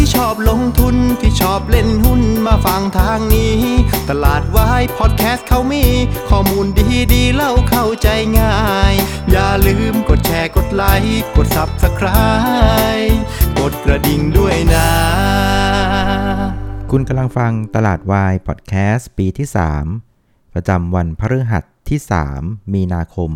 ที่ชอบลงทุนที่ชอบเล่นหุ้นมาฟังทางนี้ตลาดวายพอดแคสต์เขามีข้อมูลดีๆเล่าเข้าใจง่ายอย่าลืมกดแชร์กดไลค์กด Subscribe กดกระดิ่งด้วยนะคุณกำลังฟังตลาดวายพอดแคสต์ปีที่3ประจำวันพฤหัสที่3มีนาคม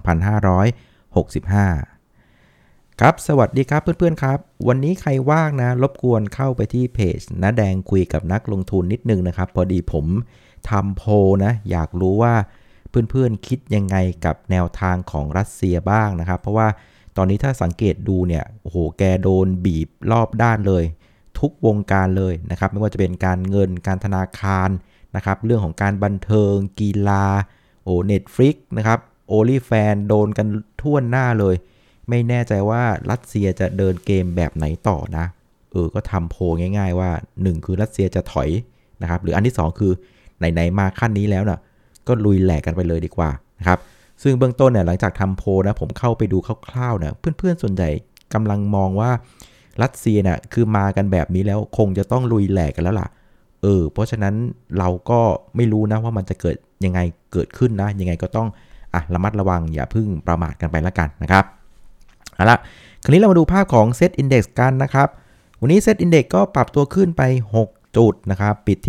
2565ครับสวัสดีครับเพื่อนๆครับวันนี้ใครว่างนะรบกวนเข้าไปที่เพจน้าแดงคุยกับนักลงทุนนิดนึงนะครับพอดีผมทำโพลนะอยากรู้ว่าเพื่อนๆคิดยังไงกับแนวทางของรัสเซียบ้างนะครับเพราะว่าตอนนี้ถ้าสังเกตดูเนี่ยโอ้โหแกโดนบีบรอบด้านเลยทุกวงการเลยนะครับไม่ว่าจะเป็นการเงินการธนาคารนะครับเรื่องของการบันเทิงกีฬาNetflix นะครับ OnlyFans โดนกันทั่วหน้าเลยไม่แน่ใจว่ารัสเซียจะเดินเกมแบบไหนต่อนะก็ทำโพลง่ายๆว่า1คือรัสเซียจะถอยนะครับหรืออันที่2คือไหนๆมาขั้นนี้แล้วน่ะก็ลุยแหลกกันไปเลยดีกว่านะครับซึ่งเบื้องต้นเนี่ยหลังจากทำโพลนะผมเข้าไปดูคร่าวๆนะเพื่อนๆส่วนใหญ่กำลังมองว่ารัสเซียน่ะคือมากันแบบนี้แล้วคงจะต้องลุยแหลกกันแล้วล่ะเพราะฉะนั้นเราก็ไม่รู้นะว่ามันจะเกิดยังไงเกิดขึ้นนะยังไงก็ต้องระมัดระวังอย่าเพิ่งประมาทกันไปละกันนะครับเอาละคราวนี้เรามาดูภาพของ Set Index กันนะครับวันนี้ Set Index ก็ปรับตัวขึ้นไป6จุดนะครับปิดที่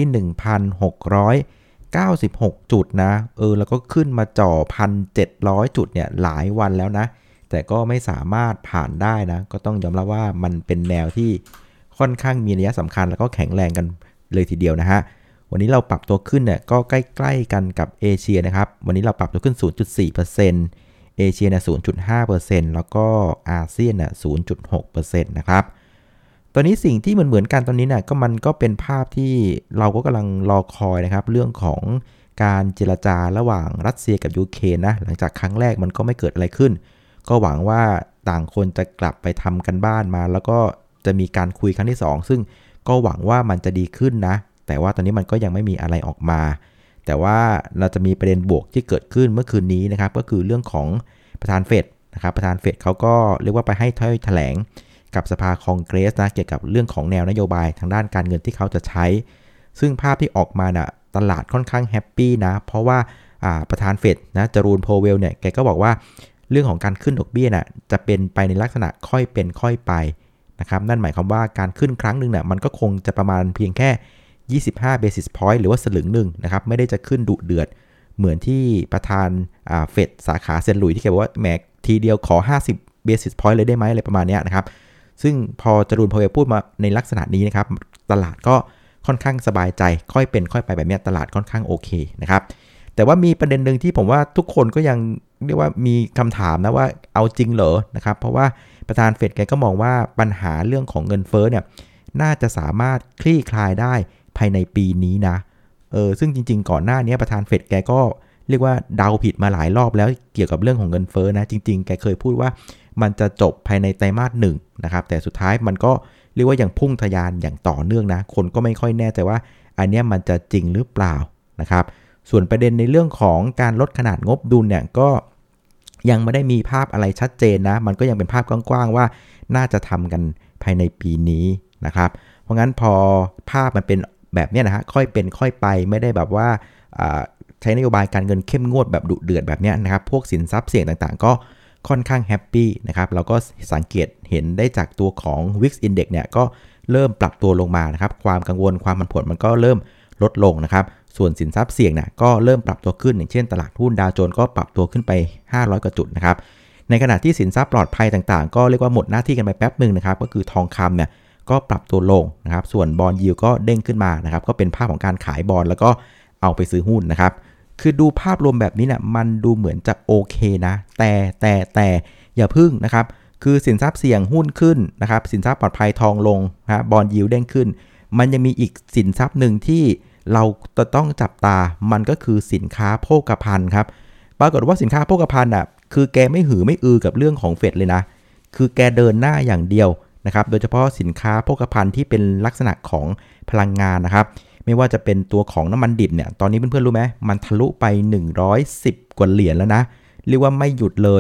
1,696 จุดนะแล้วก็ขึ้นมาจ่อ 1,700 จุดเนี่ยหลายวันแล้วนะแต่ก็ไม่สามารถผ่านได้นะก็ต้องยอมรับว่ามันเป็นแนวที่ค่อนข้างมีนัยสำคัญแล้วก็แข็งแรงกันเลยทีเดียวนะฮะวันนี้เราปรับตัวขึ้นเนี่ยก็ใกล้ๆกันกับเอเชียนะครับวันนี้เราปรับตัวขึ้น 0.4% เอเชียเนี่ย 0.5% แล้วก็อาเซียนเนี่ย 0.6% นะครับตอนนี้สิ่งที่เหมือนกันตอนนี้เนี่ยมันก็เป็นภาพที่เราก็กำลังรอคอยนะครับเรื่องของการเจรจาระหว่างรัสเซียกับยูเครนนะหลังจากครั้งแรกมันก็ไม่เกิดอะไรขึ้นก็หวังว่าต่างคนจะกลับไปทำกันบ้านมาแล้วก็จะมีการคุยครั้งที่2ซึ่งก็หวังว่ามันจะดีขึ้นนะแต่ว่าตอนนี้มันก็ยังไม่มีอะไรออกมาแต่ว่าเราจะมีประเด็นบวกที่เกิดขึ้นเมื่อคืนนี้นะครับก็คือเรื่องของประธานเฟดนะครับประธานเฟดเขาก็เรียกว่าไปให้ถ้อยแถลงกับสภาคองเกรสนะเกี่ยวกับเรื่องของแนวนโยบายทางด้านการเงินที่เขาจะใช้ซึ่งภาพที่ออกมาน่ะตลาดค่อนข้างแฮปปี้นะเพราะว่าประธานเฟดนะจารูนโพเวลเนี่ยแกก็บอกว่าเรื่องของการขึ้นดอกเบี้ยน่ะจะเป็นไปในลักษณะค่อยเป็นค่อยไปนะครับนั่นหมายความว่าการขึ้นครั้งนึงน่ะมันก็คงจะประมาณเพียงแค่25 basis point หรือว่าสลึงนึงนะครับไม่ได้จะขึ้นดุเดือดเหมือนที่ประธานเฟดสาขาเซนต์หลุยส์ที่แกบอกว่าแหมทีเดียวขอ50 basis point เลยได้ไหมอะไรประมาณนี้นะครับซึ่งพอจารูนพอเวลพูดมาในลักษณะนี้นะครับตลาดก็ค่อนข้างสบายใจค่อยเป็นค่อยไปแบบนี้ตลาดค่อนข้างโอเคนะครับแต่ว่ามีประเด็นนึงที่ผมว่าทุกคนก็ยังเรียกว่ามีคำถามนะว่าเอาจริงเหรอนะครับเพราะว่าประธานเฟดแกก็มองว่าปัญหาเรื่องของเงินเฟ้อเนี่ยน่าจะสามารถคลี่คลายได้ภายในปีนี้นะซึ่งจริงๆก่อนหน้านี้ประธานเฟดแกก็เรียกว่าเดาผิดมาหลายรอบแล้วเกี่ยวกับเรื่องของเงินเฟ้อนะจริงๆแกเคยพูดว่ามันจะจบภายในไตรมาส1นะครับแต่สุดท้ายมันก็เรียกว่ายังพุ่งทะยานอย่างต่อเนื่องนะคนก็ไม่ค่อยแน่ใจว่าอันนี้มันจะจริงหรือเปล่านะครับส่วนประเด็นในเรื่องของการลดขนาดงบดุลเนี่ยก็ยังไม่ได้มีภาพอะไรชัดเจนนะมันก็ยังเป็นภาพกว้างๆว่าน่าจะทำกันภายในปีนี้นะครับเพราะงั้นพอภาพมันเป็นแบบนี้นะฮะค่อยเป็นค่อยไปไม่ได้แบบว่าใช้นโยบายการเงินเข้มงวดแบบดุเดือดแบบนี้นะครับพวกสินทรัพย์เสี่ยงต่างๆก็ค่อนข้างแฮปปี้นะครับเราก็สังเกตเห็นได้จากตัวของ Wix Index เนี่ยก็เริ่มปรับตัวลงมานะครับความกังวลความผันผวนมันก็เริ่มลดลงนะครับส่วนสินทรัพย์เสี่ยงเนี่ยก็เริ่มปรับตัวขึ้นอย่างเช่นตลาดหุ้นดาวโจนส์ก็ปรับตัวขึ้นไป500กว่าจุดนะครับในขณะที่สินทรัพย์ปลอดภัยต่างๆก็เรียกว่าหมดหน้าที่กันไปแป๊บนึงนะครับก็คือทองคำเนี่ยก็ปรับตัวลงนะครับส่วนบอนด์ยิลด์ก็เด้งขึ้นมานะครับก็เป็นภาพของการขายบอนด์แล้วก็เอาไปซื้อหุ้นนะครับคือดูภาพรวมแบบนี้เนี่ยมันดูเหมือนจะโอเคนะแต่อย่าพึ่งนะครับคือสินทรัพย์เสี่ยงหุ้นขึ้นนะครับสินทรัพย์ปลอดภัยทองลงนะบอนด์ยิลด์เด้งขึ้นมันยังมีอีกสินทรัพย์หนึ่งที่เราจะต้องจับตามันก็คือสินค้าโภคภัณฑ์ครับปรากฏว่าสินค้าโภคภัณฑ์อ่ะคือแกไม่หือไม่อือกับเรื่องของเฟดเลยนะคือแกเดินหน้าอย่างเดียวนะครับโดยเฉพาะสินค้าโภคภัณฑ์ที่เป็นลักษณะของพลังงานนะครับไม่ว่าจะเป็นตัวของน้ำมันดิบเนี่ยตอนนี้เพื่อนๆรู้ไหมมันทะลุไป110กว่าเหรียญแล้วนะเรียกว่าไม่หยุดเลย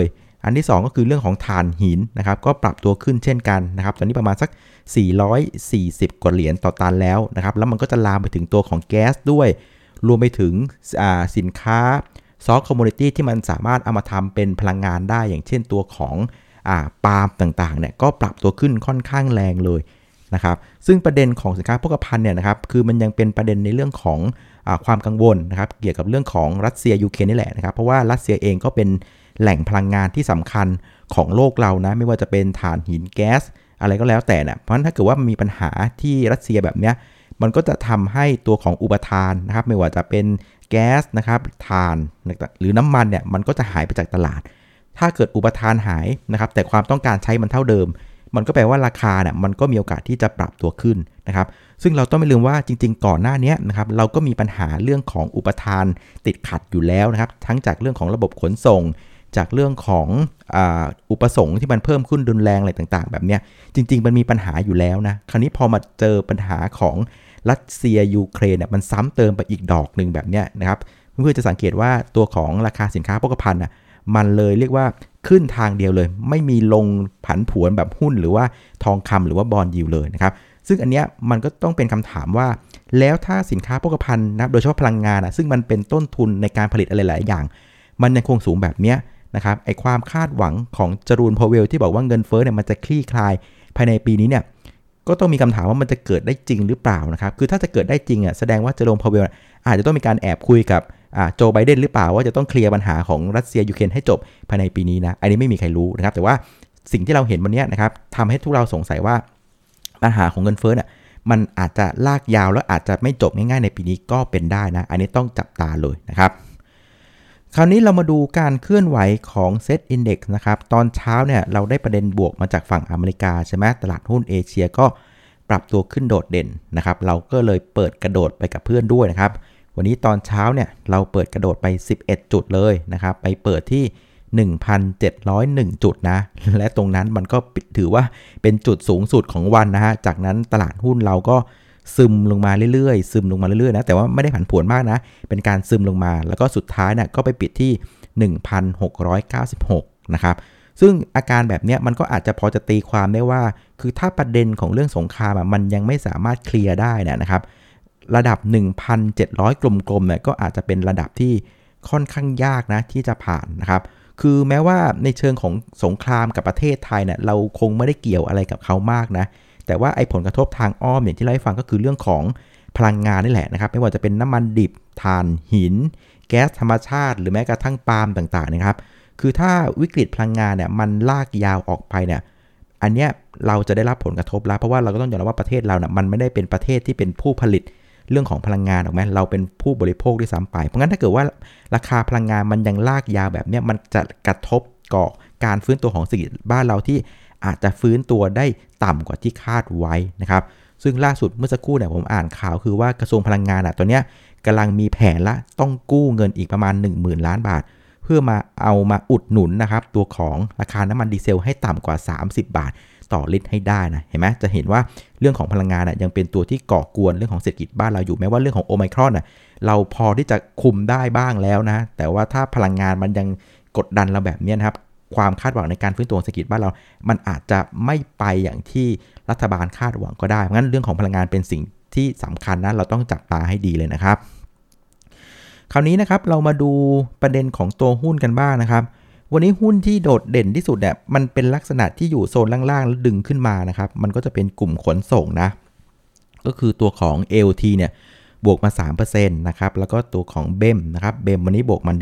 อันที่2ก็คือเรื่องของถ่านหินนะครับก็ปรับตัวขึ้นเช่นกันนะครับตอนนี้ประมาณสัก440กว่าเหรียญต่อตันแล้วนะครับแล้วมันก็จะลามไปถึงตัวของแก๊สด้วยรวมไปถึงสินค้าซอฟต์คอมมูนิตี้ที่มันสามารถเอามาทำเป็นพลังงานได้อย่างเช่นตัวของปาล์มต่างๆเนี่ยก็ปรับตัวขึ้นค่อนข้างแรงเลยนะครับซึ่งประเด็นของสินค้าโภคภัณฑ์เนี่ยนะครับคือมันยังเป็นประเด็นในเรื่องของความกังวลนะครับเกี่ยวกับเรื่องของรัสเซียยูเครนนี่แหละนะครับเพราะว่ารัสเซียเองก็เป็นแหล่งพลังงานที่สำคัญของโลกเรานะไม่ว่าจะเป็นถ่านหินแก๊สอะไรก็แล้วแต่เนี่ยเพราะฉะนั้นถ้าเกิดว่ามันมีปัญหาที่รัสเซียแบบเนี้ยมันก็จะทำให้ตัวของอุปทานนะครับไม่ว่าจะเป็นแก๊สนะครับถ่านหรือน้ำมันเนี่ยมันก็จะหายไปจากตลาดถ้าเกิดอุปทานหายนะครับแต่ความต้องการใช้มันเท่าเดิมมันก็แปลว่าราคาเนี่ยมันก็มีโอกาสที่จะปรับตัวขึ้นนะครับซึ่งเราต้องไม่ลืมว่าจริงๆก่อนหน้านี้นะครับเราก็มีปัญหาเรื่องของอุปทานติดขัดอยู่แล้วนะครับทั้งจากเรื่องของระบบขนส่งจากเรื่องของอุปสงค์ที่มันเพิ่มขึ้นรุนแรงอะไรต่างๆแบบเนี้ยจริงๆมันมีปัญหาอยู่แล้วนะคราวนี้พอมาเจอปัญหาของรัสเซียยูเครนเนี่ยมันซ้ำเติมไปอีกดอกนึงแบบเนี้ยนะครับเพื่อจะสังเกตว่าตัวของราคาสินค้าโภคภัณฑ์มันเลยเรียกว่าขึ้นทางเดียวเลยไม่มีลงผันผวนแบบหุ้นหรือว่าทองคำหรือว่าบอนด์ยิลด์เลยนะครับซึ่งอันเนี้ยมันก็ต้องเป็นคำถามว่าแล้วถ้าสินค้าโภคภัณฑ์นะโดยเฉพาะพลังงานซึ่งมันเป็นต้นทุนในการผลิตอะไรหลายอย่างมันยังคงสูงแบบเนี้ยนะครับไอความคาดหวังของจรูนพาวเวลที่บอกว่าเงินเฟ้อเนี่ยมันจะคลี่คลายภายในปีนี้เนี่ยก็ต้องมีคำถามว่ามันจะเกิดได้จริงหรือเปล่านะครับคือถ้าจะเกิดได้จริงแสดงว่าจรูนพาวเวลอาจจะต้องมีการแอบคุยกับโจไบเดนหรือเปล่าว่าจะต้องเคลียร์ปัญหาของรัสเซียยูเครนให้จบภายในปีนี้นะอันนี้ไม่มีใครรู้นะครับแต่ว่าสิ่งที่เราเห็นวันนี้นะครับทำให้ทุกเราสงสัยว่าปัญหาของเงินเฟ้อเนี่ยมันอาจจะลากยาวแล้วอาจจะไม่จบง่ายๆในปีนี้ก็เป็นได้นะอันนี้ต้องจับตาเลยนะครับคราวนี้เรามาดูการเคลื่อนไหวของ Set Index นะครับตอนเช้าเนี่ยเราได้ประเด็นบวกมาจากฝั่งอเมริกาใช่ไหมตลาดหุ้นเอเชียก็ปรับตัวขึ้นโดดเด่นนะครับเราก็เลยเปิดกระโดดไปกับเพื่อนด้วยนะครับวันนี้ตอนเช้าเนี่ยเราเปิดกระโดดไป11จุดเลยนะครับไปเปิดที่ 1,701 จุดนะและตรงนั้นมันก็ถือว่าเป็นจุดสูงสุดของวันนะฮะจากนั้นตลาดหุ้นเราก็ซึมลงมาเรื่อยๆนะแต่ว่าไม่ได้ผันผวนมากนะเป็นการซึมลงมาแล้วก็สุดท้ายเนี่ยก็ไปปิดที่ 1,696 นะครับซึ่งอาการแบบนี้มันก็อาจจะพอจะตีความได้ว่าคือถ้าประเด็นของเรื่องสงครามมันยังไม่สามารถเคลียร์ได้นะครับระดับ 1,700 กลมๆเนี่ยก็อาจจะเป็นระดับที่ค่อนข้างยากนะที่จะผ่านนะครับคือแม้ว่าในเชิงของสงครามกับประเทศไทยเนี่ยเราคงไม่ได้เกี่ยวอะไรกับเขามากนะแต่ว่าไอ้ผลกระทบทางอ้อมอย่างที่เล่าให้ฟังก็คือเรื่องของพลังงานนี่แหละนะครับไม่ว่าจะเป็นน้ำมันดิบถ่านหินแก๊สธรรมชาติหรือแม้กระทั่งปาล์มต่างๆนะครับคือถ้าวิกฤตพลังงานเนี่ยมันลากยาวออกไปเนี่ยอันเนี้ยเราจะได้รับผลกระทบแล้วเพราะว่าเราก็ต้องยอมรับว่าประเทศเราเนี่ยมันไม่ได้เป็นประเทศที่เป็นผู้ผลิตเรื่องของพลังงานหรอกไหมเราเป็นผู้บริโภคด้วยซ้ำไปเพราะงั้นถ้าเกิดว่าราคาพลังงานมันยังลากยาวแบบเนี้ยมันจะกระทบก่อการฟื้นตัวของเศรษฐกิจบ้านเราที่อาจจะฟื้นตัวได้ต่ำกว่าที่คาดไว้นะครับซึ่งล่าสุดเมื่อสักครู่เนี่ยผมอ่านข่าวคือว่ากระทรวงพลังงานตอนนี้กำลังมีแผนละต้องกู้เงินอีกประมาณ 10,000 ล้านบาทเพื่อมาเอามาอุดหนุนนะครับตัวของราคาน้ำมันดีเซลให้ต่ำกว่า30 บาทต่อลิตรให้ได้นะเห็นไหมจะเห็นว่าเรื่องของพลังงานยังเป็นตัวที่ก่อกวนเรื่องของเศรษฐกิจบ้านเราอยู่แม้ว่าเรื่องของโอไมครอนเราพอที่จะคุมได้บ้างแล้วนะแต่ว่าถ้าพลังงานมันยังกดดันเราแบบนี้นะครับความคาดหวังในการฟื้นตัวเศรษฐกิจบ้านเรามันอาจจะไม่ไปอย่างที่รัฐบาลคาดหวังก็ได้เพราะงั้นเรื่องของพลังงานเป็นสิ่งที่สำคัญนะเราต้องจับตาให้ดีเลยนะครับคราวนี้นะครับเรามาดูประเด็นของตัวหุ้นกันบ้างนะครับวันนี้หุ้นที่โดดเด่นที่สุดเนี่ยมันเป็นลักษณะที่อยู่โซนล่างๆแล้วดึงขึ้นมานะครับมันก็จะเป็นกลุ่มขนส่งนะก็คือตัวของ AOT เนี่ยบวกมา 3% นะครับแล้วก็ตัวของ BEM นะครับ BEM วันนี้บวกมา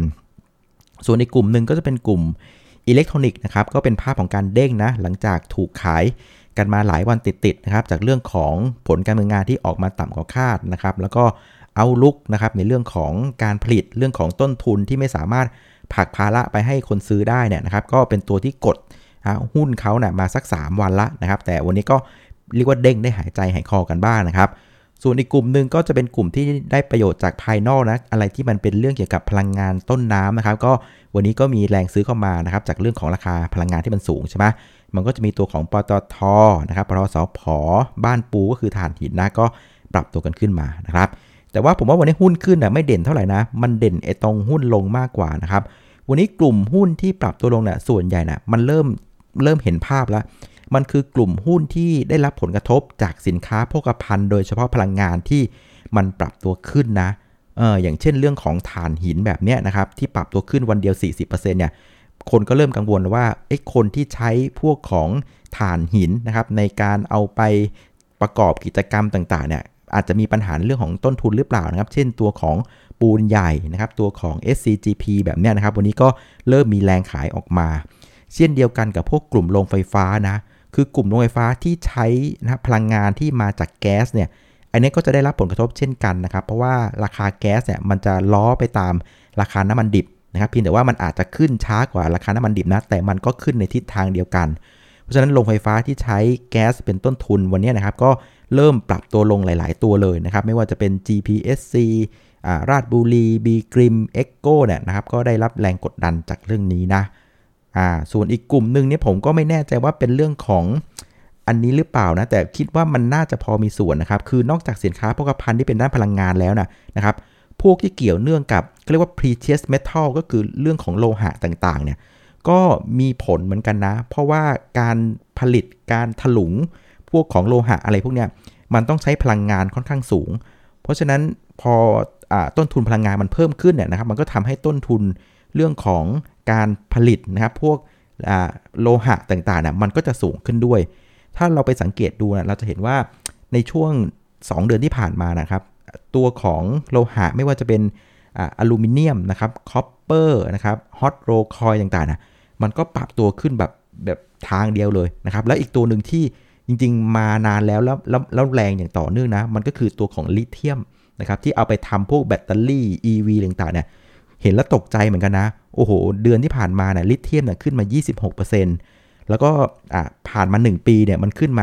1% ส่วนในกลุ่มหนึ่งก็จะเป็นกลุ่มอิเล็กทรอนิกส์นะครับก็เป็นภาพของการเด้งนะหลังจากถูกขายกันมาหลายวันติดๆนะครับจากเรื่องของผลการดำเนินงานที่ออกมาต่ำกว่าคาดนะครับแล้วก็เอาลุกนะครับในเรื่องของการผลิตเรื่องของต้นทุนที่ไม่สามารถผลักภาระไปให้คนซื้อได้เนี่ยนะครับก็เป็นตัวที่กดหุ้นเขาเนี่ยมาสัก3วันละนะครับแต่วันนี้ก็เรียกว่าเด้งได้หายใจหายคอกันบ้างนะครับส่วนอีกกลุ่มหนึ่งก็จะเป็นกลุ่มที่ได้ประโยชน์จากภายนอกนะอะไรที่มันเป็นเรื่องเกี่ยวกับพลังงานต้นน้ำนะครับก็วันนี้ก็มีแรงซื้อเข้ามานะครับจากเรื่องของราคาพลังงานที่มันสูงใช่ไหมมันก็จะมีตัวของปตท.นะครับปตท.สผ.บ้านปูก็คือถ่านหินนะก็ปรับตัวกันขึ้นมานะครับแต่ว่าผมว่าวันนี้หุ้นขึ้นไม่เด่นเท่าไหร่นะมันเด่นตรงหุ้นลงมากกว่านะครับวันนี้กลุ่มหุ้นที่ปรับตัวลงเนี่ยส่วนใหญ่น่ะมันเริ่มเห็นภาพแล้วมันคือกลุ่มหุ้นที่ได้รับผลกระทบจากสินค้าโภคภัณฑ์โดยเฉพาะพลังงานที่มันปรับตัวขึ้นนะอย่างเช่นเรื่องของถ่านหินแบบเนี้ยนะครับที่ปรับตัวขึ้นวันเดียว 40% เนี่ยคนก็เริ่มกังวลว่าคนที่ใช้พวกของถ่านหินนะครับในการเอาไปประกอบกิจกรรมต่างๆเนี่ยอาจจะมีปัญหาเรื่องของต้นทุนหรือเปล่านะครับเช่นตัวของปูนใหญ่นะครับตัวของ SCGP แบบเนี้ยนะครับวันนี้ก็เริ่มมีแรงขายออกมาเช่นเดียวกันกับพวกกลุ่มโรงไฟฟ้านะคือกลุ่มโรงไฟฟ้าที่ใช้นะพลังงานที่มาจากแก๊สเนี่ยอันนี้ก็จะได้รับผลกระทบเช่นกันนะครับเพราะว่าราคาแก๊สเนี่ยมันจะล้อไปตามราคาน้ำมันดิบนะครับเพียงแต่ว่ามันอาจจะขึ้นช้ากว่าราคาน้ำมันดิบนะแต่มันก็ขึ้นในทิศทางเดียวกันเพราะฉะนั้นโรงไฟฟ้าที่ใช้แก๊สเป็นต้นทุนวันนี้นะครับก็เริ่มปรับตัวลงหลายๆตัวเลยนะครับไม่ว่าจะเป็น GPSC ราชบุรีบีกริมเอ็กโก้เนี่ยนะครับก็ได้รับแรงกดดันจากเรื่องนี้นะส่วนอีกกลุ่มนึงเนี่ยผมก็ไม่แน่ใจว่าเป็นเรื่องของอันนี้หรือเปล่านะแต่คิดว่ามันน่าจะพอมีส่วนนะครับคือนอกจากสินค้าโภคภัณฑ์ที่เป็นด้านพลังงานแล้วนะครับพวกที่เกี่ยวเนื่องกับเรียกว่า precious metal ก็คือเรื่องของโลหะต่างๆเนี่ยก็มีผลเหมือนกันนะเพราะว่าการผลิตการถลุงพวกของโลหะอะไรพวกเนี้ยมันต้องใช้พลังงานค่อนข้างสูงเพราะฉะนั้นพอต้นทุนพลังงานมันเพิ่มขึ้นเนี่ยนะครับมันก็ทำให้ต้นทุนเรื่องของการผลิตนะครับพวกโลหะต่างๆเนี่ยมันก็จะสูงขึ้นด้วยถ้าเราไปสังเกตดูนะเราจะเห็นว่าในช่วง2เดือนที่ผ่านมานะครับตัวของโลหะไม่ว่าจะเป็นอลูมิเนียมนะครับคอปเปอร์นะครับฮอตโรคอยต่างๆนะมันก็ปรับตัวขึ้นแบบทางเดียวเลยนะครับแล้วอีกตัวหนึ่งที่จริงๆมานานแล้วแรงอย่างต่อเนื่องนะมันก็คือตัวของลิเธียมนะครับที่เอาไปทำพวกแบตเตอรี่ EV ต่างๆเนี่ยเห็นแล้วตกใจเหมือนกันนะโอ้โหเดือนที่ผ่านมาเนี่ยลิเธียมเนี่ยขึ้นมา 26% แล้วก็ผ่านมา1ปีเนี่ยมันขึ้นมา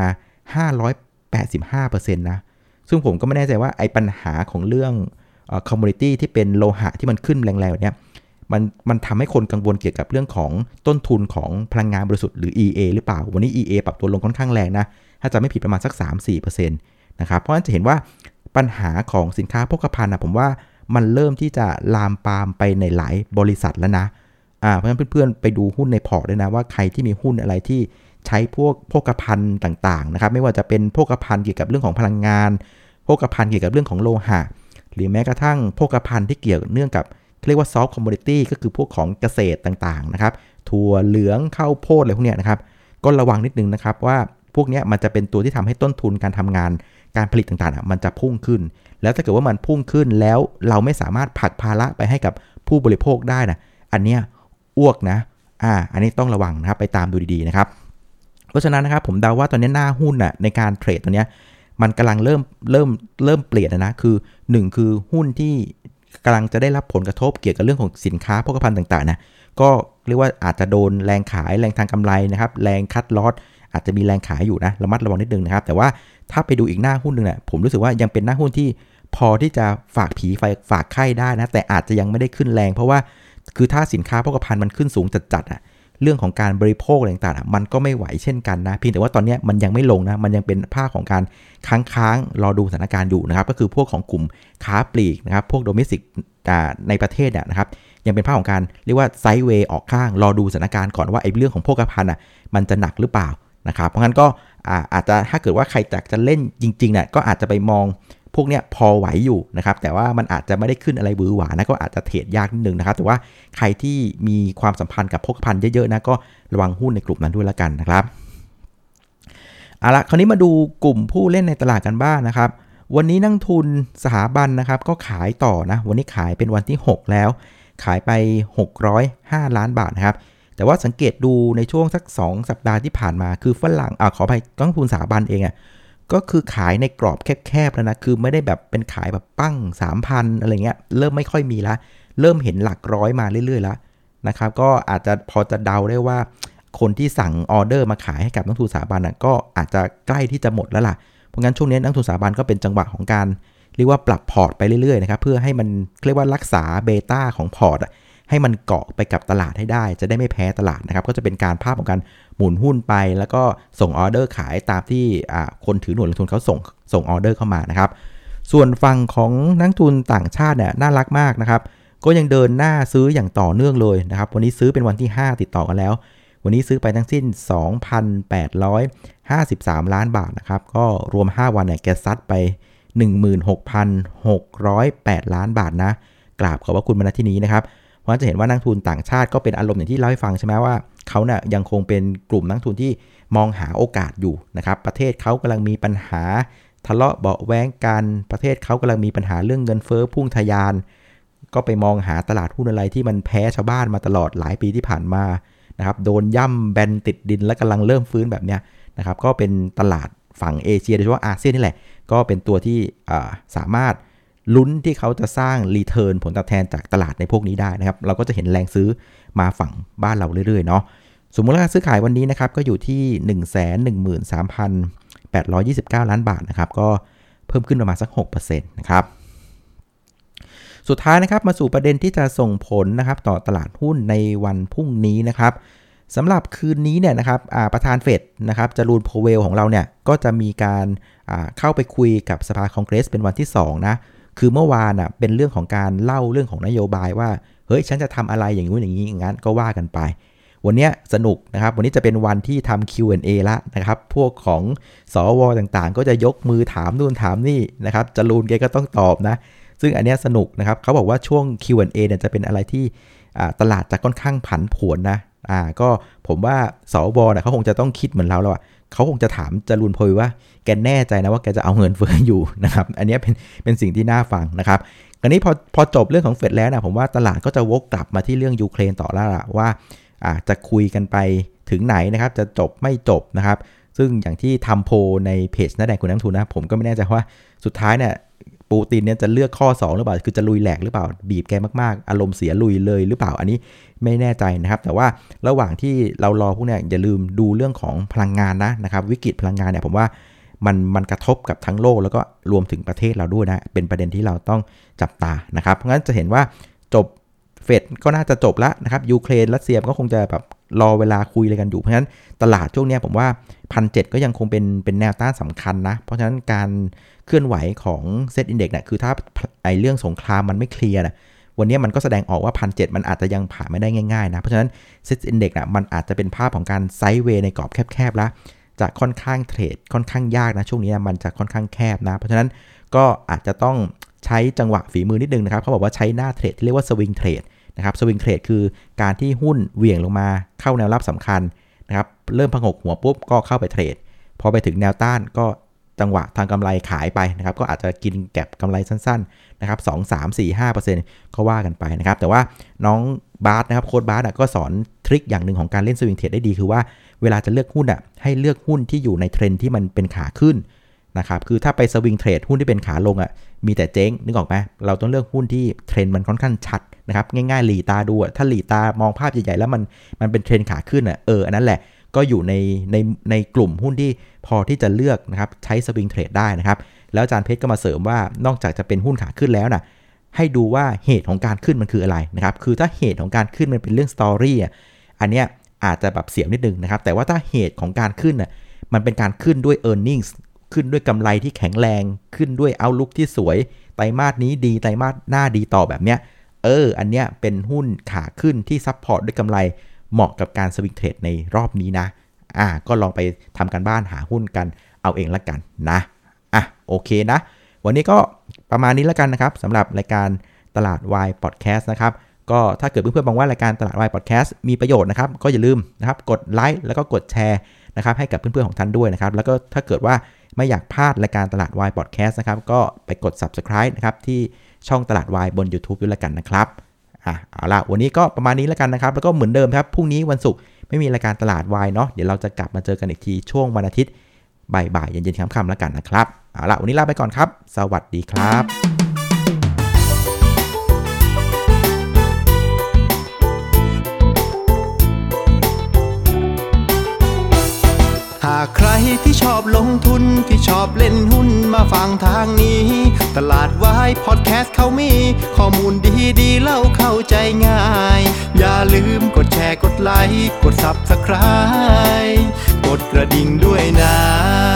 585% นะซึ่งผมก็ไม่แน่ใจว่าไอ้ปัญหาของเรื่องคอมมูนิตี้ที่เป็นโลหะที่มันขึ้นแรงๆแบบนี้มันทำให้คนกังวลเกี่ยวกับเรื่องของต้นทุนของพลังงานบริสุทธิ์หรือ EA หรือเปล่าวันนี้ EA ปรับตัวลงค่อนข้างแรงนะถ้าจะไม่ผิดประมาณสัก 3-4% นะครับเพราะฉะนั้นจะเห็นว่าปัญหาของสินค้าโภคภัณฑ์ผมว่ามันเริ่มที่จะลามปามไปในหลายบริษัทแล้วนะเพราะฉะนั้นเพื่อนๆไปดูหุ้นในพอร์ตด้วยนะว่าใครที่มีหุ้นอะไรที่ใช้พวกโภคภัณฑ์ต่างๆนะครับไม่ว่าจะเป็นโภคภัณฑ์เกี่ยวกับเรื่องของพลังงานโภคภัณฑ์เกี่ยวกับเรื่องของโลหะหรือแม้กระทั่งโภคภัณฑ์ที่เกี่ยวเนื่องกับเรียกว่าซอฟต์คอมมูนิตี้ก็คือพวกของเกษตรต่างๆนะครับถั่วเหลืองข้าวโพดอะไรพวกเนี้ยนะครับก็ระวังนิดนึงนะครับว่าพวกนี้มันจะเป็นตัวที่ทำให้ต้นทุนการทำงานการผลิตต่างๆมันจะพุ่งขึ้นแล้วถ้าเกิดว่ามันพุ่งขึ้นแล้วเราไม่สามารถผลักภาระไปให้กับผู้บริโภคได้นะอันเนี้ยอ้วกนะอันนี้ต้องระวังนะครับไปตามดูดีๆนะครับเพราะฉะนั้นนะครับผมเดาว่าตอนนี้หน้าหุ้นในการเทรดตัวเนี้ยมันกำลังเริ่มเปลี่ยนนะคือ1คือหุ้นที่กำลังจะได้รับผลกระทบเกี่ยวกับเรื่องของสินค้าโภคภัณฑ์ต่างๆนะก็เรียกว่าอาจจะโดนแรงขายแรงทางกำไรนะครับแรงคัดลอสอาจจะมีแรงขายอยู่นะระมัดระวังนิดนึงนะครับแต่ว่าถ้าไปดูอีกหน้าหุ้นนึงเนี่ยผมรู้สึกว่ายังเป็นหน้าหุ้นที่พอที่จะฝากผีฝากไข้ได้นะแต่อาจจะยังไม่ได้ขึ้นแรงเพราะว่าคือถ้าสินค้าโภคภัณฑ์มันขึ้นสูงจัดๆเรื่องของการบริโภคต่างๆมันก็ไม่ไหวเช่นกันนะเพียงแต่ว่าตอนนี้มันยังไม่ลงนะมันยังเป็นภาคของการค้างรอดูสถานการณ์อยู่นะครับก็คือพวกของกลุ่มค้าปลีกนะครับพวกโดเมสติกในประเทศเนี่ยนะครับยังเป็นภาคของการเรียกว่าไซด์เวย์ออกข้างรอดูสถานการณ์ก่อนว่าไอ้เรื่องของโภคภัณฑ์มันจะหนักหรือเปล่านะครับเพราะงั้นก็อาจจะถ้าเกิดว่าใครจะเล่นจริงๆเนี่ยก็อาจจะไปมองพวกเนี้ยพอไหวอยู่นะครับแต่ว่ามันอาจจะไม่ได้ขึ้นอะไรบือหวานะก็อาจจะเทรดยากนิดนึงนะครับแต่ว่าใครที่มีความสัมพันธ์กับโภคภัณฑ์เยอะๆนะก็ระวังหุ้นในกลุ่มนั้นด้วยละกันนะครับเอาละคราวนี้มาดูกลุ่มผู้เล่นในตลาดกันบ้างนะครับวันนี้นักทุนสถาบันนะครับก็ขายต่อนะวันนี้ขายเป็นวันที่6แล้วขายไป605ล้านบาทนะครับแต่ว่าสังเกตดูในช่วงสัก2สัปดาห์ที่ผ่านมาคือฝรั่งขออภัยนักทุนสถาบันเองก็คือขายในกรอบแคบๆแล้วนะคือไม่ได้แบบเป็นขายแบบปั้ง 3,000 อะไรเงี้ยเริ่มไม่ค่อยมีละเริ่มเห็นหลักร้อยมาเรื่อยๆแล้วนะครับก็อาจจะพอจะเดาได้ว่าคนที่สั่งออเดอร์มาขายให้กับนักทุนสถาบันก็อาจจะใกล้ที่จะหมดแล้วล่ะเพราะงั้นช่วงนี้นักทุนสถาบันก็เป็นจังหวะของการเรียกว่าปรับพอร์ตไปเรื่อยๆนะครับเพื่อให้มันเรียกว่ารักษาเบต้าของพอร์ตให้มันเกาะไปกับตลาดให้ได้จะได้ไม่แพ้ตลาดนะครับก็จะเป็นการภาพของการหมุนหุ้นไปแล้วก็ส่งออเดอร์ขายตามที่คนถือหน่วยลงทุนเขาส่งออเดอร์เข้ามานะครับส่วนฝั่งของนักทุนต่างชาติเนี่ยน่ารักมากนะครับก็ยังเดินหน้าซื้ออย่างต่อเนื่องเลยนะครับวันนี้ซื้อเป็นวันที่5ติดต่อกันแล้ววันนี้ซื้อไปทั้งสิ้น 2,853 ล้านบาทนะครับก็รวม5วันเนี่ยแกซัดไป 16,608 ล้านบาทนะกราบขอบพระคุณมาณที่นี้นะครับเพราะฉะนั้นจะเห็นว่านักทุนต่างชาติก็เป็นอารมณ์อย่างที่เล่าให้ฟังใช่ไหมว่าเขาเนี่ยยังคงเป็นกลุ่มนักทุนที่มองหาโอกาสอยู่นะครับประเทศเขากำลังมีปัญหาทะเลาะเบาะแว้งกันประเทศเขากำลังมีปัญหาเรื่องเงินเฟ้อพุ่งทะยานก็ไปมองหาตลาดหุ้นอะไรที่มันแพ้ชาวบ้านมาตลอดหลายปีที่ผ่านมานะครับโดนย่ำแบนติดดินและกำลังเริ่มฟื้นแบบเนี้ยนะครับก็เป็นตลาดฝั่งเอเชียโดยเฉพาะอาเซียนนี่แหละก็เป็นตัวที่สามารถลุ้นที่เขาจะสร้างรีเทิร์นผลตอบแทนจากตลาดในพวกนี้ได้นะครับเราก็จะเห็นแรงซื้อมาฝั่งบ้านเราเรื่อยๆเนาะสมมติว่าซื้อขายวันนี้นะครับก็อยู่ที่ 113,829 ล้านบาทนะครับก็เพิ่มขึ้นประมาณสัก 6% นะครับสุดท้ายนะครับมาสู่ประเด็นที่จะส่งผลนะครับต่อตลาดหุ้นในวันพรุ่งนี้นะครับสำหรับคืนนี้เนี่ยนะครับประธานเฟดนะครับจารูน โพเวลของเราเนี่ยก็จะมีการเข้าไปคุยกับสภาคองเกรสเป็นวันที่2นะคือเมื่อวานเป็นเรื่องของการเล่าเรื่องของนโยบายว่าเฮ้ยฉันจะทำอะไรอย่างนู้นอย่างนี้อย่างนั้นก็ว่ากันไปวันนี้สนุกนะครับวันนี้จะเป็นวันที่ทำ Q&A ละนะครับพวกของสวต่างๆก็จะยกมือถามนู่นถามนี่นะครับจารูนแกก็ต้องตอบนะซึ่งอันนี้สนุกนะครับเขาบอกว่าช่วง Q&A เนี่ยจะเป็นอะไรที่ตลาดจะค่อนข้างผันผวนนะก็ผมว่าสวเนี่ยเขาคงจะต้องคิดเหมือนเราแล้วเขาคงจะถามจารูน โพเวลว่าแกแน่ใจนะว่าแกจะเอาเงินเฟ้ออยู่นะครับอันนี้เป็นสิ่งที่น่าฟังนะครับคราวนี้พอจบเรื่องของเฟดแล้วนะผมว่าตลาดก็จะวกกลับมาที่เรื่องยูเครนต่อแล้วล่ะว่าจะคุยกันไปถึงไหนนะครับจะจบไม่จบนะครับซึ่งอย่างที่ทำโพในเพจหน้าแดงคุณนักทุนนะผมก็ไม่แน่ใจว่าสุดท้ายเนี่ยปูตินเนี่ยจะเลือกข้อ2หรือเปล่าคือจะลุยแหลกหรือเปล่าบีบแกมากๆอารมณ์เสียลุยเลยหรือเปล่าอันนี้ไม่แน่ใจนะครับแต่ว่าระหว่างที่เรารอพวกเนี่ยอย่าลืมดูเรื่องของพลังงานนะครับวิกฤตพลังงานเนี่ยผมว่ามันกระทบกับทั้งโลกแล้วก็รวมถึงประเทศเราด้วยนะเป็นประเด็นที่เราต้องจับตานะครับเพราะงั้นจะเห็นว่าจบเฟดก็น่าจะจบแล้วนะครับยูเครนรัสเซียก็คงจะแบบรอเวลาคุยอะไรกันอยู่เพราะฉะนั้นตลาดช่วงนี้ผมว่า 1,700 ก็ยังคงเป็นแนวต้านสำคัญนะเพราะฉะนั้นการเคลื่อนไหวของเซตอินเด็กซ์เนี่ยคือถ้าไอเรื่องสงครามมันไม่เคลียร์นะวันนี้มันก็แสดงออกว่า 1,700 มันอาจจะยังผ่านไม่ได้ง่ายๆนะเพราะฉะนั้นเซตอินเด็กซ์มันอาจจะเป็นภาพของการไซด์เวย์ในกรอบแคบๆแล้วจะค่อนข้างเทรดค่อนข้างยากนะช่วงนี้มันจะค่อนข้างแคบนะเพราะฉะนั้นก็อาจจะต้องใช้จังหวะฝีมือนิดนึงนะครับเขาบอกว่าใช้หน้าเทรดที่เรียกว่าสวิงเทรดนะครับสวิงเทรดคือการที่หุ้นเหวี่ยงลงมาเข้าแนวรับสำคัญนะครับเริ่มผงกหัวปุ๊บก็เข้าไปเทรดพอไปถึงแนวต้านก็จังหวะทางกำไรขายไปนะครับก็อาจจะกินแก็บกำไรสั้นๆนะครับ 2-3-4-5% ก็ว่ากันไปนะครับแต่ว่าน้องบาสนะครับโค้ชบาสก็สอนทริคอย่างหนึ่งของการเล่นสวิงเทรดได้ดีคือว่าเวลาจะเลือกหุ้นให้เลือกหุ้นที่อยู่ในเทรนด์ที่มันเป็นขาขึ้นนะครับคือถ้าไปสวิงเทรดหุ้นที่เป็นขาลงมีแต่เจ๊งนึกออกไหมเราต้องเลือกหุ้นที่เทรนด์มันค่อนข้างชัดนะครับง่ายๆหลีตาดูถ้าหลีตามองภาพใหญ่ๆแล้วมันเป็นเทรนด์ขาขึ้นอันนั้นแหละก็อยู่ในกลุ่มหุ้นที่พอที่จะเลือกนะครับใช้สวิงเทรดได้นะครับแล้วอาจารย์เพชรก็มาเสริมว่านอกจากจะเป็นหุ้นขาขึ้นแล้วให้ดูว่าเหตุของการขึ้นมันคืออะไรนะครับคือถ้าเหตุของการขึ้นมันเป็นเรื่องสตอรี่อันเนี้ยอาจจะแบบเสียนิดนึงนะครับแต่ว่าถ้าเหตุของการขึ้นมันเป็นการขึ้นด้วย earnings ขึ้นด้วยกำไรที่แข็งแรงขึ้นด้วยเอาลุกที่สวยไตรมาสนี้ดีไตรมาสหน้าดีต่อแบบเนี้ยอันเนี้ยเป็นหุ้นขาขึ้นที่ซัพพอร์ตด้วยกำไรเหมาะกับการสวิงเทรดในรอบนี้นะก็ลองไปทำกันบ้านหาหุ้นกันเอาเองละกันนะโอเคนะวันนี้ก็ประมาณนี้ละกันนะครับสำหรับรายการตลาดวายพอดแคสต์นะครับก็ถ้าเกิดเพื่อนๆมองว่ารายการตลาดวายพอดแคสต์มีประโยชน์นะครับก็อย่าลืมนะครับกดไลค์แล้วก็กดแชร์นะครับให้กับเพื่อนๆของท่านด้วยนะครับแล้วก็ถ้าเกิดว่าไม่อยากพลาดรายการตลาดวายพอดแคสต์นะครับก็ไปกด Subscribe นะครับที่ช่องตลาดวายบน YouTube ด้วยละกันนะครับเอาล่ะวันนี้ก็ประมาณนี้แล้วกันนะครับแล้วก็เหมือนเดิมครับพรุ่งนี้วันศุกร์ไม่มีรายการตลาดวายเนาะเดี๋ยวเราจะกลับมาเจอกันอีกทีช่วงวันอาทิตย์บ่ายๆเย็นๆค่ำๆแล้วกันนะครับเอาล่ะวันนี้ลาไปก่อนครับสวัสดีครับหากใครที่ชอบลงทุนที่ชอบเล่นหุ้นมาฟังทางนี้ตลาดวายพอดแคสต์เขามีข้อมูลดีๆเล่าเข้าใจง่ายอย่าลืมกดแชร์กดไลค์กด Subscribe กดกระดิ่งด้วยนะ